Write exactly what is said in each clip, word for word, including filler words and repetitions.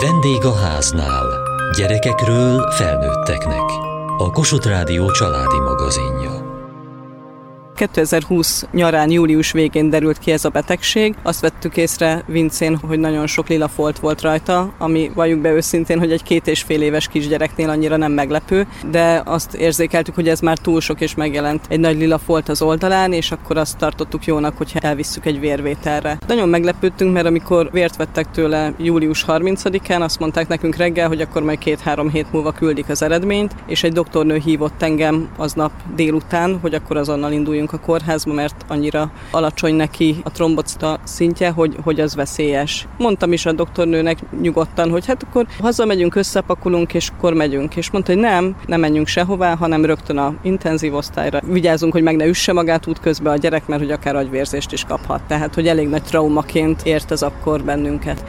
Vendég a háznál. Gyerekekről felnőtteknek. A Kossuth Rádió családi magazinja. kétezer-húsz nyarán, július végén derült ki ez a betegség. Azt vettük észre Vincén, hogy nagyon sok lila folt volt rajta, ami valljuk be őszintén, hogy egy két és fél éves kisgyereknél annyira nem meglepő, de azt érzékeltük, hogy ez már túl sok, és megjelent egy nagy lila folt az oldalán, és akkor azt tartottuk jónak, hogyha elvisszük egy vérvételre. Nagyon meglepődtünk, mert amikor vért vettek tőle július harmincadikán, azt mondták nekünk reggel, hogy akkor majd két-három hét múlva küldik az eredményt, és egy doktornő hívott engem aznap délután, hogy akkor azonnal induljunk a kórházba, mert annyira alacsony neki a trombocita szintje, hogy, hogy az veszélyes. Mondtam is a doktornőnek nyugodtan, hogy hát akkor hazamegyünk, összepakolunk, és akkor megyünk. És mondta, hogy nem, nem menjünk sehová, hanem rögtön a intenzív osztályra. Vigyázzunk, hogy meg ne üsse magát útközben a gyerek, mert hogy akár agyvérzést is kaphat. Tehát, hogy elég nagy traumaként ért ez akkor bennünket.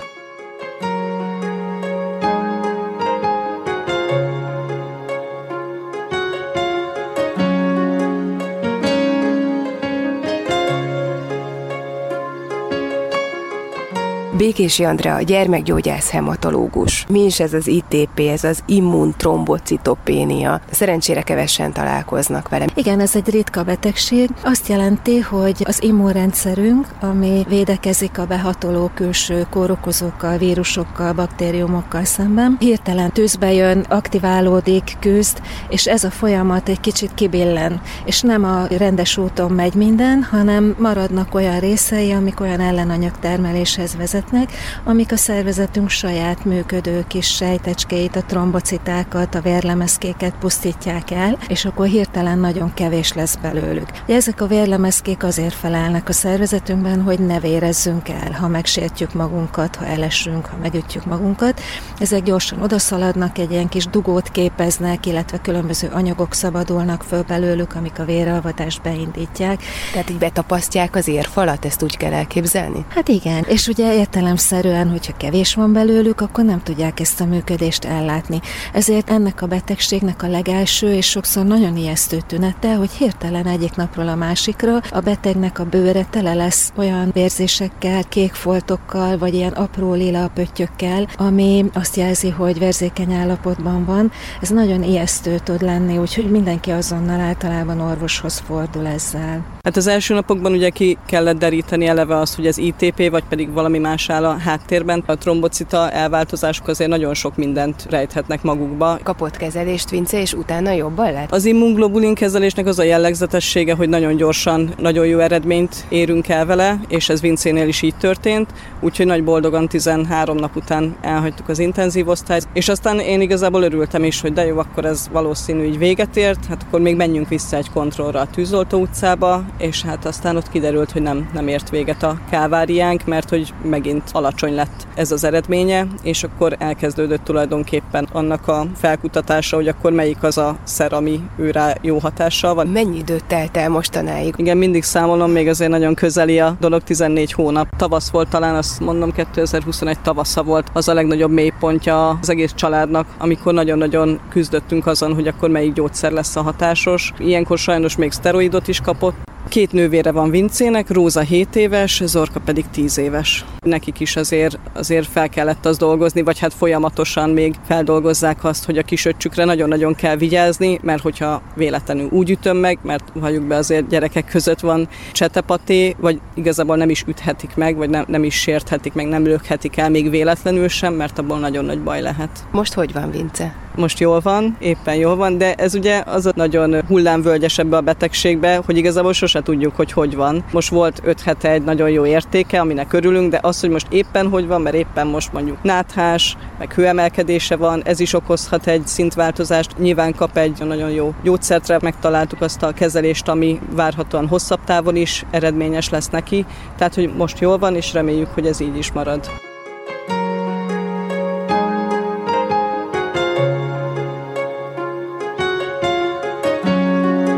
Békési Andrea, gyermekgyógyász hematológus. Mi is ez az I T P, ez az immuntrombocitopénia? Szerencsére kevesen találkoznak vele. Igen, ez egy ritka betegség. Azt jelenti, hogy az immunrendszerünk, ami védekezik a behatoló külső kórokozókkal, vírusokkal, baktériumokkal szemben, hirtelen tűzbe jön, aktiválódik, küzd, és ez a folyamat egy kicsit kibillen. És nem a rendes úton megy minden, hanem maradnak olyan részei, amik olyan ellenanyagtermeléshez vezetnek, amik a szervezetünk saját működő kis sejtecskéit, a trombocitákat, a vérlemezkéket pusztítják el, és akkor hirtelen nagyon kevés lesz belőlük. Ezek a vérlemezkék azért felelnek a szervezetünkben, hogy ne vérezzünk el, ha megsértjük magunkat, ha elesünk, ha megütjük magunkat. Ezek gyorsan odaszaladnak, egy ilyen kis dugót képeznek, illetve különböző anyagok szabadulnak föl belőlük, amik a véralvatást beindítják. Tehát így betapasztják az érfalat, ezt úgy kell elképzelni? Hát igen, és ugye értelemszerűen, hogyha kevés van belőlük, akkor nem tudják ezt a működést ellátni. Ezért ennek a betegségnek a legelső és sokszor nagyon ijesztő tünete, hogy hirtelen egyik napról a másikra a betegnek a bőre tele lesz olyan vérzésekkel, kék foltokkal, vagy ilyen apró lila pöttyökkel, ami azt jelzi, hogy vérzékeny állapotban van. Ez nagyon ijesztő tud lenni, úgyhogy mindenki azonnal általában orvoshoz fordul ezzel. Hát az első napokban ugye ki kellett deríteni eleve azt, hogy ez I T P, vagy pedig valami más áll a háttérben. A trombocita elváltozások azért nagyon sok mindent rejthetnek magukba. Kapott kezelést Vince, és utána jobban lett? Az immunglobulin kezelésnek az a jellegzetessége, hogy nagyon gyorsan, nagyon jó eredményt érünk el vele, és ez Vincénél is így történt, úgyhogy nagy boldogan tizenhárom nap után elhagytuk az intenzív osztályt, és aztán én igazából örültem is, hogy de jó, akkor ez valószínű így véget ért, hát akkor még menjünk vissza egy kontrollra a Tűzoltó utcába, és hát aztán ott kiderült, hogy nem, nem ért véget a káváriánk, mert hogy megint alacsony lett ez az eredménye, és akkor elkezdődött tulajdonképpen annak a felkutatása, hogy akkor melyik az a szer, ami őrá jó hatással van. Mennyi időt telt el mostanáig? Igen, mindig számolom, még azért nagyon közeli a dolog, tizennégy hónap. Tavasz volt talán, azt mondom, kétezer-huszonegy tavasza volt az a legnagyobb mélypontja az egész családnak, amikor nagyon-nagyon küzdöttünk azon, hogy akkor melyik gyógyszer lesz a hatásos. Ilyenkor sajnos még szteroidot is kapott. Két nővére van Vincének, Róza hét éves, Zorka pedig tíz éves. Nekik is azért, azért fel kellett azt dolgozni, vagy hát folyamatosan még feldolgozzák azt, hogy a kisöccsükre nagyon-nagyon kell vigyázni, mert hogyha véletlenül úgy ütöm meg, mert halljuk be azért gyerekek között van csetepaté, vagy igazából nem is üthetik meg, vagy nem, nem is sérthetik meg, nem lökhetik el még véletlenül sem, mert abból nagyon nagy baj lehet. Most hogy van Vince? Most jól van, éppen jól van, de ez ugye az a nagyon hullámvölgyes ebbe a betegségbe, hogy igazából sose tudjuk, hogy hogy van. Most volt öt hete egy nagyon jó értéke, aminek örülünk, de az, hogy most éppen hogy van, mert éppen most mondjuk náthás, meg hőemelkedése van, ez is okozhat egy szintváltozást. Nyilván kap egy nagyon jó gyógyszert, megtaláltuk azt a kezelést, ami várhatóan hosszabb távon is eredményes lesz neki. Tehát, hogy most jól van, és reméljük, hogy ez így is marad.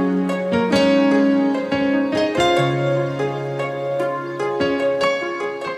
Vannak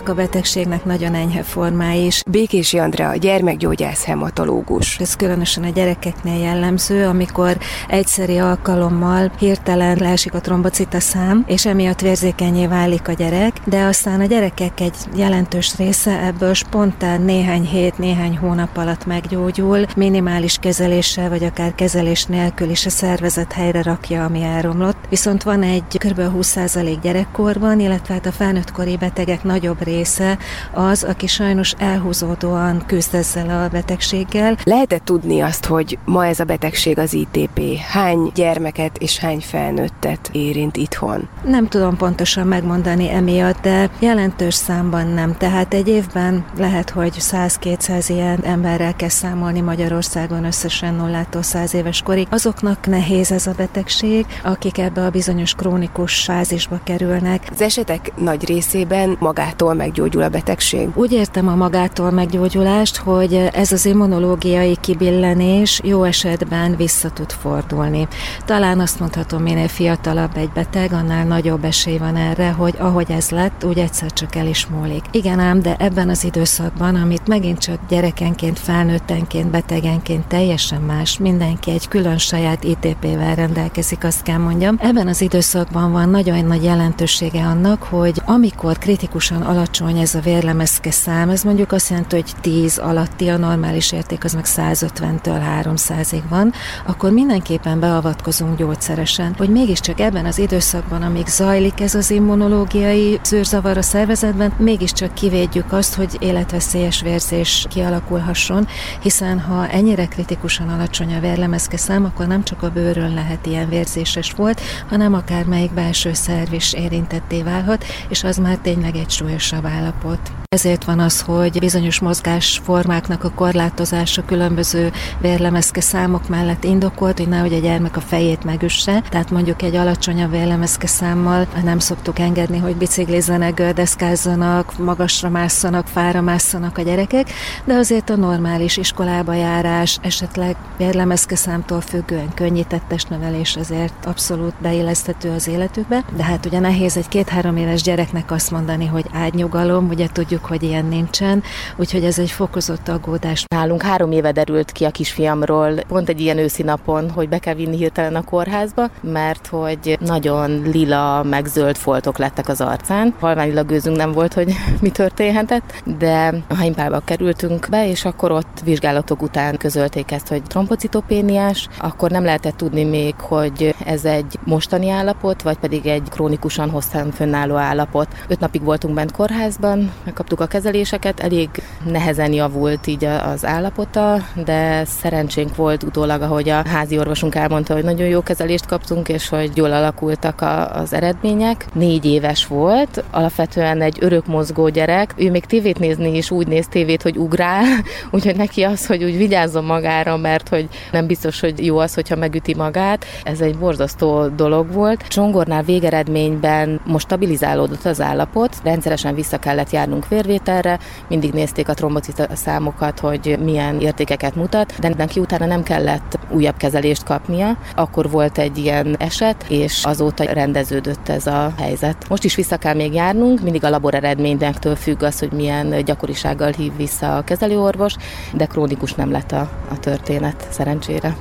ennek a betegségnek nagyon enyhe formái is. Békési Andrea, gyermekgyógyász hematológus. Ez különösen a gyerekeknél jellemző, amikor egyszeri alkalommal hirtelen leesik a trombocita szám, és emiatt vérzékennyé válik a gyerek, de aztán a gyerekek egy jelentős része ebből spontán néhány hét, néhány hónap alatt meggyógyul, minimális kezeléssel, vagy akár kezelés nélkül is a szervezet helyre rakja, ami elromlott. Viszont van egy kb. húsz százalék gyerekkorban, illetve hát a felnőttkori betegek nagyobb része az, aki sajnos elhúzódóan küzd ezzel a betegséggel. Lehet-e tudni azt, hogy ma ez a betegség az í té pé hány gyermeket és hány felnőttet érint itthon? Nem tudom pontosan megmondani emiatt, de jelentős számban nem. Tehát egy évben lehet, hogy száz-kétszáz ilyen emberrel kell számolni Magyarországon összesen nullától száz éves korig. Azoknak nehéz ez a betegség, akik ebbe a bizonyos krónikus fázisba kerülnek. Az esetek nagy részében magától meggyógyul a betegség? Úgy értem a magától meggyógyulást, hogy ez az immunológiai kibillenés jó esetben vissza tud fordulni. Talán azt mondhatom, minél fiatalabb egy beteg, annál nagyobb esély van erre, hogy ahogy ez lett, úgy egyszer csak el is múlik. Igen ám, de ebben az időszakban, amit megint csak gyerekenként, felnőttenként, betegenként teljesen más, mindenki egy külön saját í té pével rendelkezik, azt kell mondjam. Ebben az időszakban van nagyon nagy jelentősége annak, hogy amikor kritikusan alacsony ez a vérlemezke szám, ez mondjuk azt jelenti, hogy tíz alatti, a normális érték az meg száz ötventől háromszázig van, akkor mindenképpen beavatkozunk gyógyszeresen, hogy mégiscsak ebben az időszakban, amíg zajlik ez az immunológiai zűrzavar a szervezetben, mégiscsak kivédjük azt, hogy életveszélyes vérzés kialakulhasson, hiszen ha ennyire kritikusan alacsony a vérlemezke szám, akkor nem csak a bőrön lehet ilyen vérzéses volt, hanem akár melyik belső szerv is érintetté válhat, és az már tényleg egy súlyosabb állapot. Ezért van az, hogy bizonyos mozgásformáknak a korlátozása különböző vérlemezke számok mellett indokolt, hogy nehogy a gyermek a fejét megüsse, tehát mondjuk egy alacsonyabb vérlemezke számmal nem szoktuk engedni, hogy biciklizzenek, gördeszkázzanak, magasra másszanak, fára másszanak a gyerekek, de azért a normális iskolába járás, esetleg vérlemezke számtól függően könnyített testnevelés azért abszolút beilleszthető az életükbe, de hát ugye nehéz egy két-három éves gyereknek azt mondani, hogy ágynyugalom, ugye tudjuk, hogy ilyen nincsen, úgyhogy ez egy fokozott aggódás. Nálunk három éve derült ki a kisfiamról, pont egy ilyen őszi napon, hogy be kell vinni hirtelen a kórházba, mert hogy nagyon lila, meg zöld foltok lettek az arcán. Halvány lila gőzünk nem volt, hogy mi történhetett, de a Heimpálba kerültünk be, és akkor ott vizsgálatok után közölték ezt, hogy trombocitopéniás, akkor nem lehetett tudni még, hogy ez egy mostani állapot, vagy pedig egy krónikusan hosszan fönnálló állapot. Öt napig voltunk bent kórházban, megkaptuk a kezeléseket, elég nehezen javult így az állapota, de szerencsénk volt utólag, ahogy a házi orvosunk elmondta, hogy nagyon jó kezelést kaptunk, és hogy jól alakultak a, az eredmények. Négy éves volt, alapvetően egy örökmozgó gyerek, ő még tévét nézni is úgy néz tévét, hogy ugrál, úgyhogy neki az, hogy úgy vigyázzon magára, mert hogy nem biztos, hogy jó az, hogyha megüti magát. Ez egy borzasztó dolog volt. Csongornál végeredményben most stabilizálódott az állapot, rendszeresen vissza kellett járnunk vérvételre, mindig nézték a trombocita számokat, hogy milyen értékeket mutat, de neki utána nem kellett újabb kezelést kapnia. Akkor volt egy ilyen eset, és azóta rendeződött ez a helyzet. Most is vissza kell még járnunk, mindig a laboreredményektől függ az, hogy milyen gyakorisággal hív vissza a kezelőorvos, de krónikus nem lett a, a történet, szerencsére.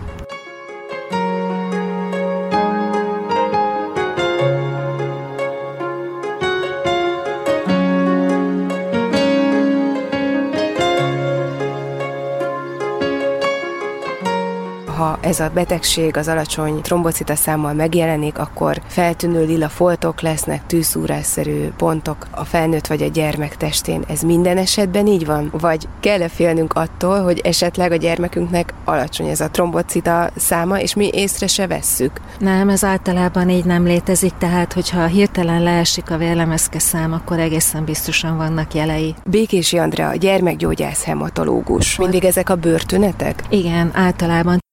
Ha ez a betegség az alacsony trombocita számmal megjelenik, akkor feltűnő lila foltok lesznek, tűzszúrásszerű pontok a felnőtt vagy a gyermek testén. Ez minden esetben így van? Vagy kell-e félnünk attól, hogy esetleg a gyermekünknek alacsony ez a trombocita száma, és mi észre se vesszük? Nem, ez általában így nem létezik, tehát hogyha hirtelen leesik a vérlemezke szám, akkor egészen biztosan vannak jelei. Békési Andrea, gyermekgyógyász hematológus. Mindig ezek a bőrtünetek? Igen, általában.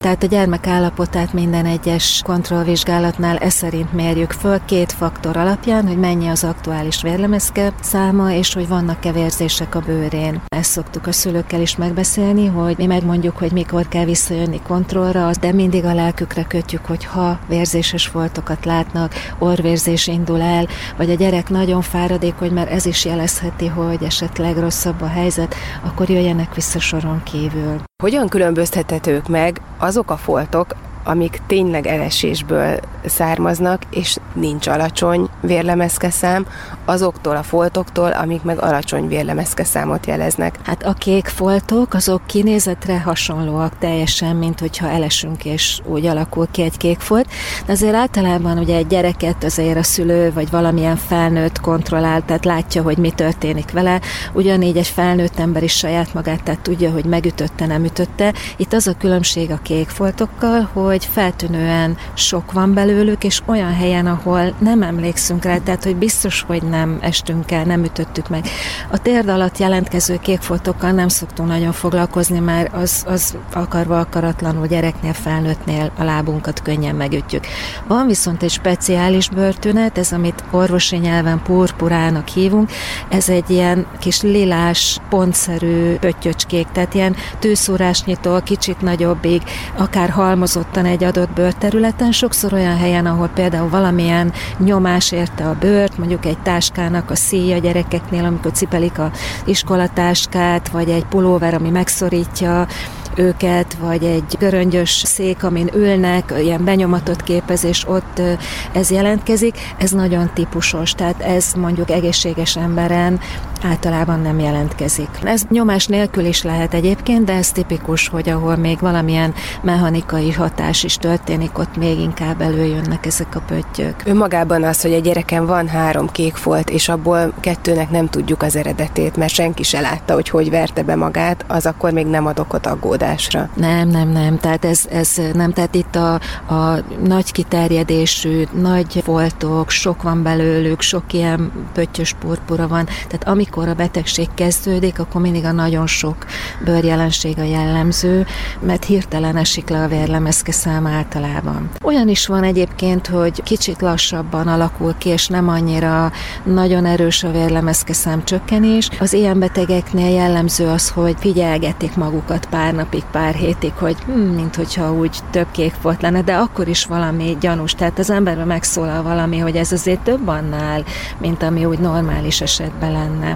Tehát a gyermek állapotát minden egyes kontrollvizsgálatnál e szerint mérjük föl két faktor alapján, hogy mennyi az aktuális vérlemezke száma, és hogy vannak-e vérzések a bőrén. Ezt szoktuk a szülőkkel is megbeszélni, hogy mi megmondjuk, hogy mikor kell visszajönni kontrollra, de mindig a lelkükre kötjük, hogy ha vérzéses foltokat látnak, orvérzés indul el, vagy a gyerek nagyon fáradékony, mert ez is jelezheti, hogy esetleg rosszabb a helyzet, akkor jöjjenek vissza soron kívül. Hogyan különböztethetők meg azok a foltok, amik tényleg elesésből származnak, és nincs alacsony vérlemezkeszám, azoktól a foltoktól, amik meg alacsony vérlemezkeszámot jeleznek? Hát a kék foltok, azok kinézetre hasonlóak teljesen, mint hogyha elesünk, és úgy alakul ki egy kék folt, de azért általában ugye egy gyereket azért a szülő, vagy valamilyen felnőtt kontrollál, tehát látja, hogy mi történik vele, ugyanígy egy felnőtt ember is saját magát, tehát tudja, hogy megütötte, nem ütötte. Itt az a különbség a kék foltokkal, hogy hogy feltűnően sok van belőlük, és olyan helyen, ahol nem emlékszünk rá, tehát hogy biztos, hogy nem estünk el, nem ütöttük meg. A térd alatt jelentkező kékfoltokkal nem szoktunk nagyon foglalkozni, mert az, az akarva akaratlanul gyereknél, felnőttnél a lábunkat könnyen megütjük. Van viszont egy speciális bőrtünet, ez amit orvosi nyelven purpurának hívunk, ez egy ilyen kis lilás, pontszerű pöttyöcskék, tehát ilyen tűszúrásnyitól kicsit nagyobbig, akár halmozottan egy adott bőrterületen, sokszor olyan helyen, ahol például valamilyen nyomás érte a bőrt, mondjuk egy táskának a szíja gyerekeknél, amikor cipelik az iskolatáskát, vagy egy pulóver, ami megszorítja őket, vagy egy göröngyös szék, amin ülnek, ilyen benyomatot képez, és ott ez jelentkezik, ez nagyon típusos, tehát ez mondjuk egészséges emberen általában nem jelentkezik. Ez nyomás nélkül is lehet egyébként, de ez tipikus, hogy ahol még valamilyen mechanikai hatás is történik, ott még inkább előjönnek ezek a pöttyök. Önmagában az, hogy a gyereken van három kék folt, és abból kettőnek nem tudjuk az eredetét, mert senki se látta, hogy hogy verte be magát, az akkor még nem ad okot aggódásra. Nem, nem, nem. Tehát ez, ez nem. Tehát itt a, a nagy kiterjedésű, nagy foltok, sok van belőlük, sok ilyen pöttyös purpura van. Tehát amikor a betegség kezdődik, akkor mindig a nagyon sok bőrjelenség a jellemző, mert hirtelen esik le a vérlemezkeszám általában. Olyan is van egyébként, hogy kicsit lassabban alakul ki, és nem annyira nagyon erős a vérlemezkeszám csökkenés. Az ilyen betegeknél jellemző az, hogy figyelgetik magukat pár napig, pár hétig, hogy hm, mint hogyha úgy több kék folt lenne, de akkor is valami gyanús. Tehát az emberben megszólal valami, hogy ez azért több annál, mint ami úgy normális esetben lenne.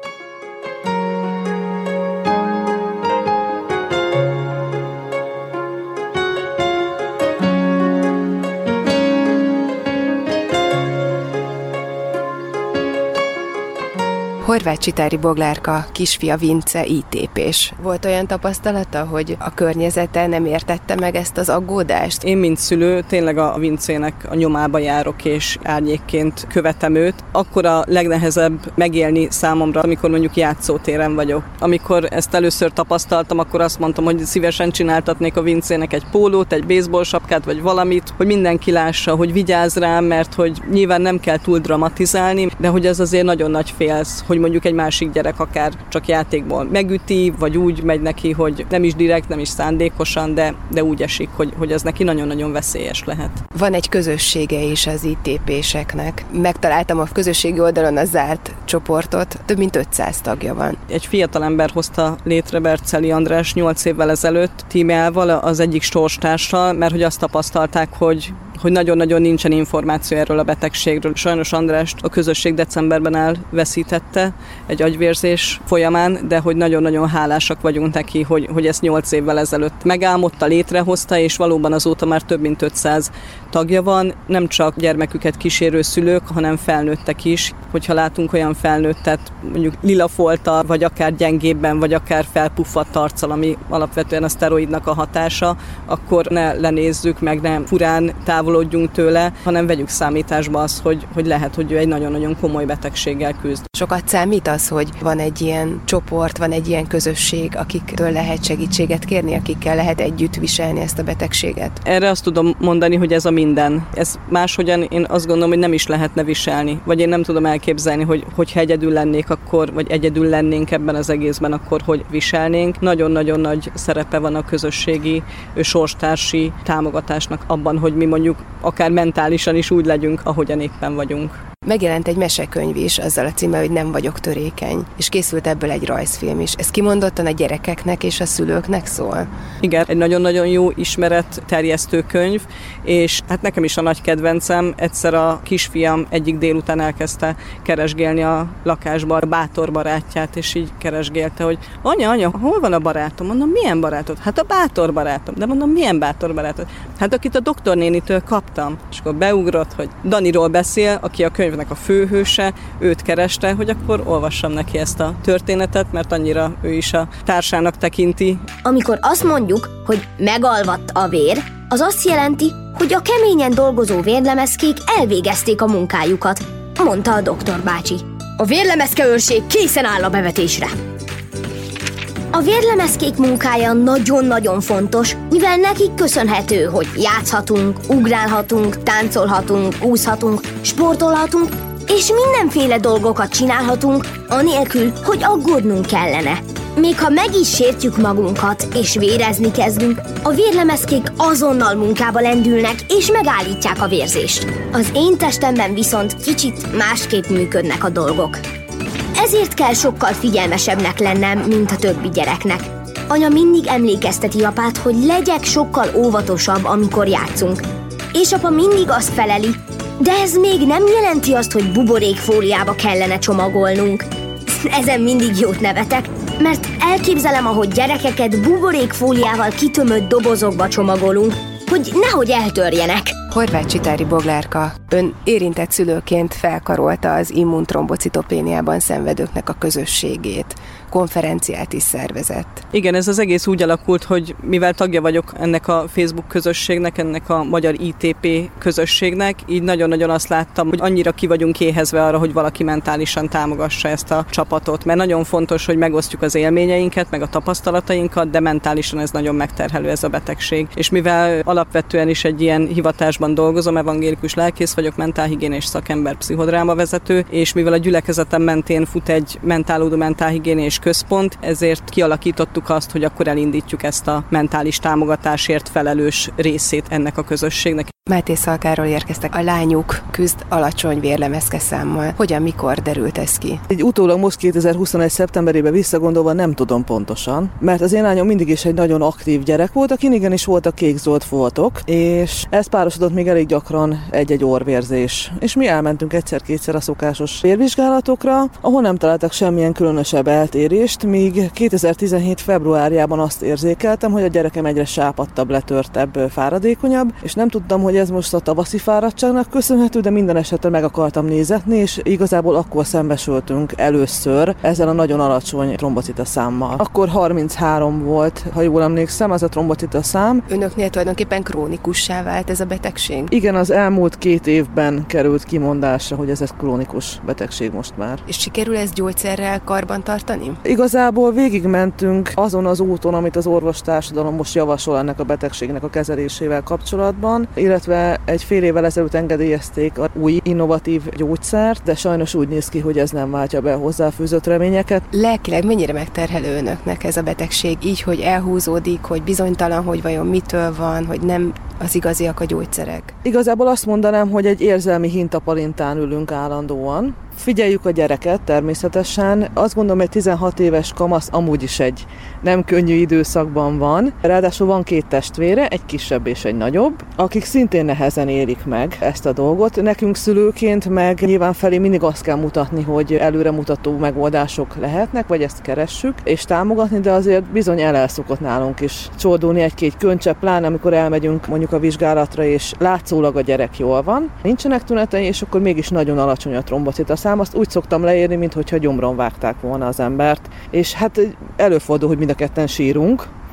Horváth Csitári Boglárka kisfia Vince í tépés. Volt olyan tapasztalata, hogy a környezete nem értette meg ezt az aggódást? Én, mint szülő, tényleg a Vincének a nyomába járok, és árnyékként követem őt. Akkor a legnehezebb megélni számomra, amikor mondjuk játszótéren vagyok. Amikor ezt először tapasztaltam, akkor azt mondtam, hogy szívesen csináltatnék a Vincének egy pólót, egy baseball sapkát, vagy valamit, hogy mindenki lássa, hogy vigyázz rám, mert hogy nyilván nem kell túl dramatizálni, de hogy ez azért nagyon nagy félsz, hogy mondjuk egy másik gyerek akár csak játékból megüti, vagy úgy megy neki, hogy nem is direkt, nem is szándékosan, de, de úgy esik, hogy, hogy ez neki nagyon-nagyon veszélyes lehet. Van egy közössége is az í tépéseknek. Megtaláltam a közösségi oldalon a zárt csoportot, több mint ötszáz tagja van. Egy fiatalember hozta létre, Berceli András nyolc évvel ezelőtt tímjával, az egyik sorstársal, mert hogy azt tapasztalták, hogy hogy nagyon-nagyon nincsen információ erről a betegségről. Sajnos Andrást a közösség decemberben elveszítette egy agyvérzés folyamán, de hogy nagyon-nagyon hálásak vagyunk neki, hogy, hogy ezt nyolc évvel ezelőtt megálmodta, létrehozta, és valóban azóta már több mint ötszáz tagja van. Nem csak gyermeküket kísérő szülők, hanem felnőttek is. Hogyha látunk olyan felnőttet, mondjuk lila folttal, vagy akár gyengébben, vagy akár felpuffadt arccal, ami alapvetően a szteroidnak a hatása, akkor ne lenézzük meg, ne furán távol eltávolodjunk tőle, hanem vegyük számításba azt, hogy, hogy lehet, hogy ő egy nagyon-nagyon komoly betegséggel küzd. Sokat számít az, hogy van egy ilyen csoport, van egy ilyen közösség, akiktől lehet segítséget kérni, akikkel lehet együtt viselni ezt a betegséget? Erre azt tudom mondani, hogy ez a minden. Ez máshogyan én azt gondolom, hogy nem is lehetne viselni. Vagy én nem tudom elképzelni, hogy hogyha egyedül lennék, akkor, vagy egyedül lennénk ebben az egészben, akkor hogy viselnénk. Nagyon-nagyon nagy szerepe van a közösségi, sorstársi támogatásnak abban, hogy mi mondjuk akár mentálisan is úgy legyünk, ahogyan éppen vagyunk. Megjelent egy mesekönyv is, azzal a címmel, hogy Nem vagyok törékeny, és készült ebből egy rajzfilm is. Ez kimondottan a gyerekeknek és a szülőknek szól? Igen, egy nagyon-nagyon jó ismeretterjesztő könyv, és hát nekem is a nagy kedvencem, egyszer a kisfiam egyik délután elkezdte keresgélni a lakásba a bátor barátját, és így keresgélte, hogy anya, anya, hol van a barátom? Mondom, milyen barátod? Hát a bátor barátom. De mondom, milyen bátor barátod? Hát akit a doktornénitől kaptam. És akkor beugrott, hogy Daniról beszél, aki a könyv a főhőse, őt kereste, hogy akkor olvassam neki ezt a történetet, mert annyira ő is a társának tekinti. Amikor azt mondjuk, hogy megalvadt a vér, az azt jelenti, hogy a keményen dolgozó vérlemezkék elvégezték a munkájukat, mondta a doktor bácsi. A vérlemezke őrség készen áll a bevetésre. A vérlemezkék munkája nagyon-nagyon fontos, mivel nekik köszönhető, hogy játszhatunk, ugrálhatunk, táncolhatunk, úszhatunk, sportolhatunk, és mindenféle dolgokat csinálhatunk, anélkül, hogy aggódnunk kellene. Még ha meg is sértjük magunkat, és vérezni kezdünk, a vérlemezkék azonnal munkába lendülnek, és megállítják a vérzést. Az én testemben viszont kicsit másképp működnek a dolgok. Ezért kell sokkal figyelmesebbnek lennem, mint a többi gyereknek. Anya mindig emlékezteti apát, hogy legyek sokkal óvatosabb, amikor játszunk. És apa mindig azt feleli, de ez még nem jelenti azt, hogy buborékfóliába kellene csomagolnunk. Ezen mindig jót nevetek, mert elképzelem, ahogy gyerekeket buborékfóliával kitömött dobozokba csomagolunk, hogy nehogy eltörjenek. Horváth Csitári Boglárka, ön érintett szülőként felkarolta az immuntrombocitopéniában szenvedőknek a közösségét. Konferenciát is szervezett. Igen, ez az egész úgy alakult, hogy mivel tagja vagyok ennek a Facebook közösségnek, ennek a magyar I T P közösségnek, így nagyon-nagyon azt láttam, hogy annyira ki vagyunk éhezve arra, hogy valaki mentálisan támogassa ezt a csapatot, mert nagyon fontos, hogy megosztjuk az élményeinket, meg a tapasztalatainkat, de mentálisan ez nagyon megterhelő ez a betegség. És mivel alapvetően is egy ilyen hivatásban dolgozom, evangélikus lelkész vagyok, mentálhigiénés szakember, pszichodráma vezető, és mivel a gyülekezetem mentén fut egy mentálódó mentálhigiénés központ, ezért kialakítottuk azt, hogy akkor elindítjuk ezt a mentális támogatásért felelős részét ennek a közösségnek. Máté Szalkáról érkeztek. A lányuk küzd alacsony vérlemezke számmal. Hogyan, mikor derült ez ki? Egy utólag most kétezer-huszonegy szeptemberében visszagondolva nem tudom pontosan, mert az én lányom mindig is egy nagyon aktív gyerek volt, akin igenis voltak kék-zöld foltok, és ez párosodott még elég gyakran egy-egy orvérzés. És mi elmentünk egyszer-kétszer a szokásos vérvizsgálatokra, ahol nem találtak semmilyen különösebb eltérést, míg kétezer-tizenhét februárjában azt érzékeltem, hogy a gyerekem egyre sápadtabb, letörtebb, fáradékonyabb, és nem tudtam, hogy ez most a tavaszi fáradtságnak köszönhető, de minden esetre meg akartam nézetni, és igazából akkor szembesültünk először ezzel a nagyon alacsony trombocita számmal. Akkor harminchárom volt, ha jól emlékszem, ez a trombocita szám. Önöknél tulajdonképpen krónikussá vált ez a betegség? Igen, az elmúlt két évben került kimondásra, hogy ez egy krónikus betegség most már. És sikerül ezt gyógyszerrel karban tartani? Igazából végigmentünk azon az úton, amit az orvostársadalom most javasol ennek a betegségnek a kezelésével kapcsolatban, illetve egy fél évvel ezelőtt engedélyezték a új innovatív gyógyszert, de sajnos úgy néz ki, hogy ez nem váltja be a hozzáfűzött reményeket. Lelkileg mennyire megterhelő önöknek ez a betegség, így, hogy elhúzódik, hogy bizonytalan, hogy vajon mitől van, hogy nem az igaziak a gyógyszerek? Igazából azt mondanám, hogy egy érzelmi hintapalintán ülünk állandóan. Figyeljük a gyereket természetesen. Azt gondolom, hogy tizenhat éves kamasz amúgy is egy nem könnyű időszakban van. Ráadásul van két testvére, egy kisebb és egy nagyobb, akik szintén nehezen élik meg ezt a dolgot. Nekünk szülőként meg nyilván felé mindig azt kell mutatni, hogy előremutató megoldások lehetnek, vagy ezt keressük, és támogatni, de azért bizony el szokott nálunk is csordulni egy-két könycsepp, pláne amikor elmegyünk mondjuk a vizsgálatra, és látszólag a gyerek jól van. Nincsenek tünetei, és akkor mégis nagyon alacsony a trombocita szám. Azt úgy szoktam leírni, mintha gyomron vágták volna az embert. És hát előfordul, hogy mind a ketten sírunk.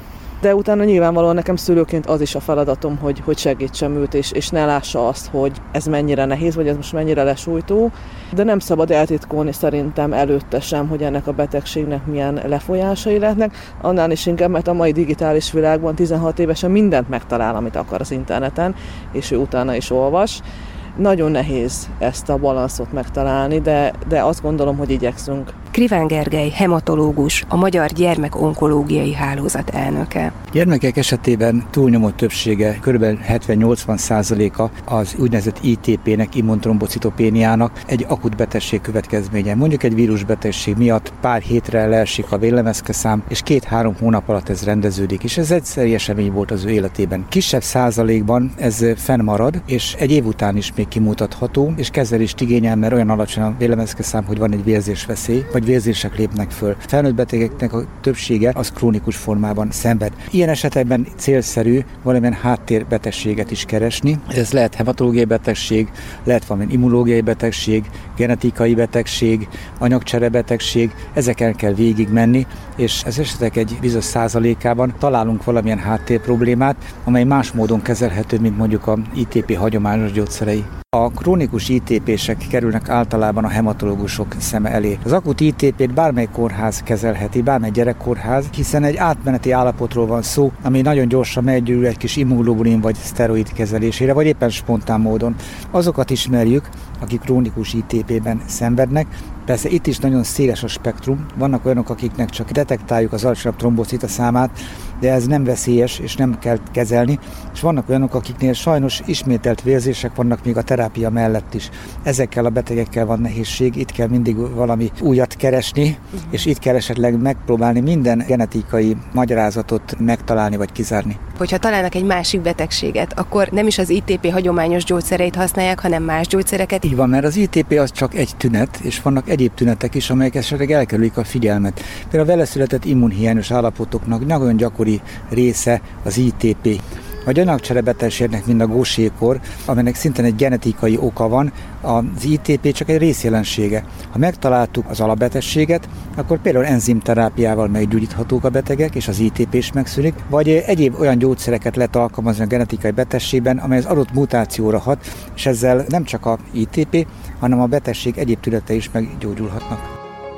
de utána nyilvánvalóan nekem szülőként az is a feladatom, hogy, hogy segítsem őt, és, és ne lássa azt, hogy ez mennyire nehéz, vagy ez most mennyire lesújtó, de nem szabad eltitkolni szerintem előtte sem, hogy ennek a betegségnek milyen lefolyásai lehetnek, annál is inkább, mert a mai digitális világban tizenhat évesen mindent megtalál, amit akar az interneten, és ő utána is olvas. Nagyon nehéz ezt a balanszot megtalálni, de, de azt gondolom, hogy igyekszünk. Kriván Gergely, hematológus, a Magyar Gyermekonkológiai Hálózat elnöke. Gyermekek esetében túlnyomó többsége, kb. hetven-nyolcvan százaléka az úgynevezett I T P-nek, immuntrombocitopéniának egy akut betegség következménye. Mondjuk egy vírusbetegség miatt pár hétre leesik a vérlemezkeszám, és két-három hónap alatt ez rendeződik, és ez egyszeri esemény volt az ő életében. Kisebb százalékban ez fennmarad, és egy év után is még kimutatható, és kezelést igényel, mert olyan alacsony a vérlemezkeszám, hogy van egy vérzésveszély, vagy vérzések lépnek föl. Felnőtt betegeknek a többsége az krónikus formában szenved. Ilyen esetekben célszerű valamilyen háttérbetegséget is keresni. Ez lehet hematológiai betegség, lehet valamilyen immunológiai betegség, genetikai betegség, anyagcsere betegség, ezeken kell végigmenni, és az esetek egy bizonyos százalékában találunk valamilyen háttérproblémát, amely más módon kezelhető, mint mondjuk a I T P hagyományos gyógyszerei. A krónikus I T P-sek kerülnek általában a hematológusok szeme elé. Az akut I T P-t bármely kórház kezelheti, bármely gyerekkórház, hiszen egy átmeneti állapotról van szó, ami nagyon gyorsan meggyűrül egy kis immunoglobulin vagy szteroid kezelésére, vagy éppen spontán módon. Azokat ismerjük, akik krónikus I T P-ben szenvednek. Persze itt is nagyon széles a spektrum, vannak olyanok, akiknek csak detektáljuk az alacsonyabb trombocita számát, de ez nem veszélyes, és nem kell kezelni, és vannak olyanok, akiknél sajnos ismételt vérzések vannak még a terápia mellett is. Ezekkel a betegekkel van nehézség, itt kell mindig valami újat keresni, és itt kell esetleg megpróbálni minden genetikai magyarázatot megtalálni vagy kizárni. Hogyha találnak egy másik betegséget, akkor nem is az I T P hagyományos gyógyszereit használják, hanem más gyógyszereket? Így van, mert az I T P az csak egy tünet, és vannak egyéb tünetek is, amelyek esetleg elkerülik a figyelmet. Például a veleszületett immunhiányos állapotoknak nagyon gyakori része az I T P. A anyagcserebetegségnek, mint a Gaucher-kór, amelynek szintén egy genetikai oka van, az I T P csak egy részjelensége. Ha megtaláltuk az alapbetegséget, akkor például enzimterápiával meggyógyíthatók a betegek, és az I T P is megszűnik, vagy egyéb olyan gyógyszereket lehet alkalmazni a genetikai betegségben, amely az adott mutációra hat, és ezzel nem csak a I T P, hanem a betegség egyéb tünetei is meggyógyulhatnak.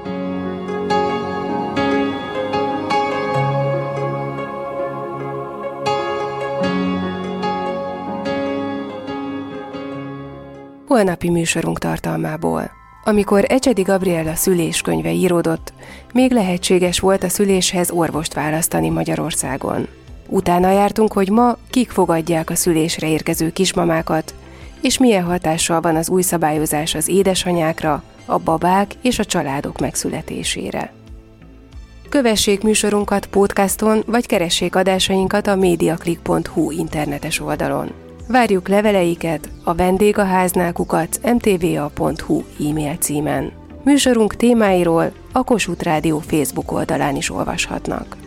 Holnapi műsorunk tartalmából. Amikor Ecsedi Gabriella szüléskönyve íródott, még lehetséges volt a szüléshez orvost választani Magyarországon. Utána jártunk, hogy ma kik fogadják a szülésre érkező kismamákat, és milyen hatással van az új szabályozás az édesanyákra, a babák és a családok megszületésére. Kövessék műsorunkat podcaston, vagy keressék adásainkat a mediaclick pont hu internetes oldalon. Várjuk leveleiket a vendégháznál kukac em té vé á pont hu e-mail címen. Műsorunk témáiról a Kossuth Rádió Facebook oldalán is olvashatnak.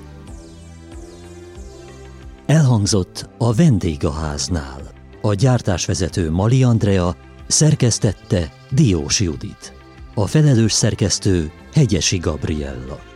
Elhangzott a Vendégháznál. A gyártásvezető Mali Andrea, szerkesztette Diós Judit. A felelős szerkesztő Hegyesi Gabriella.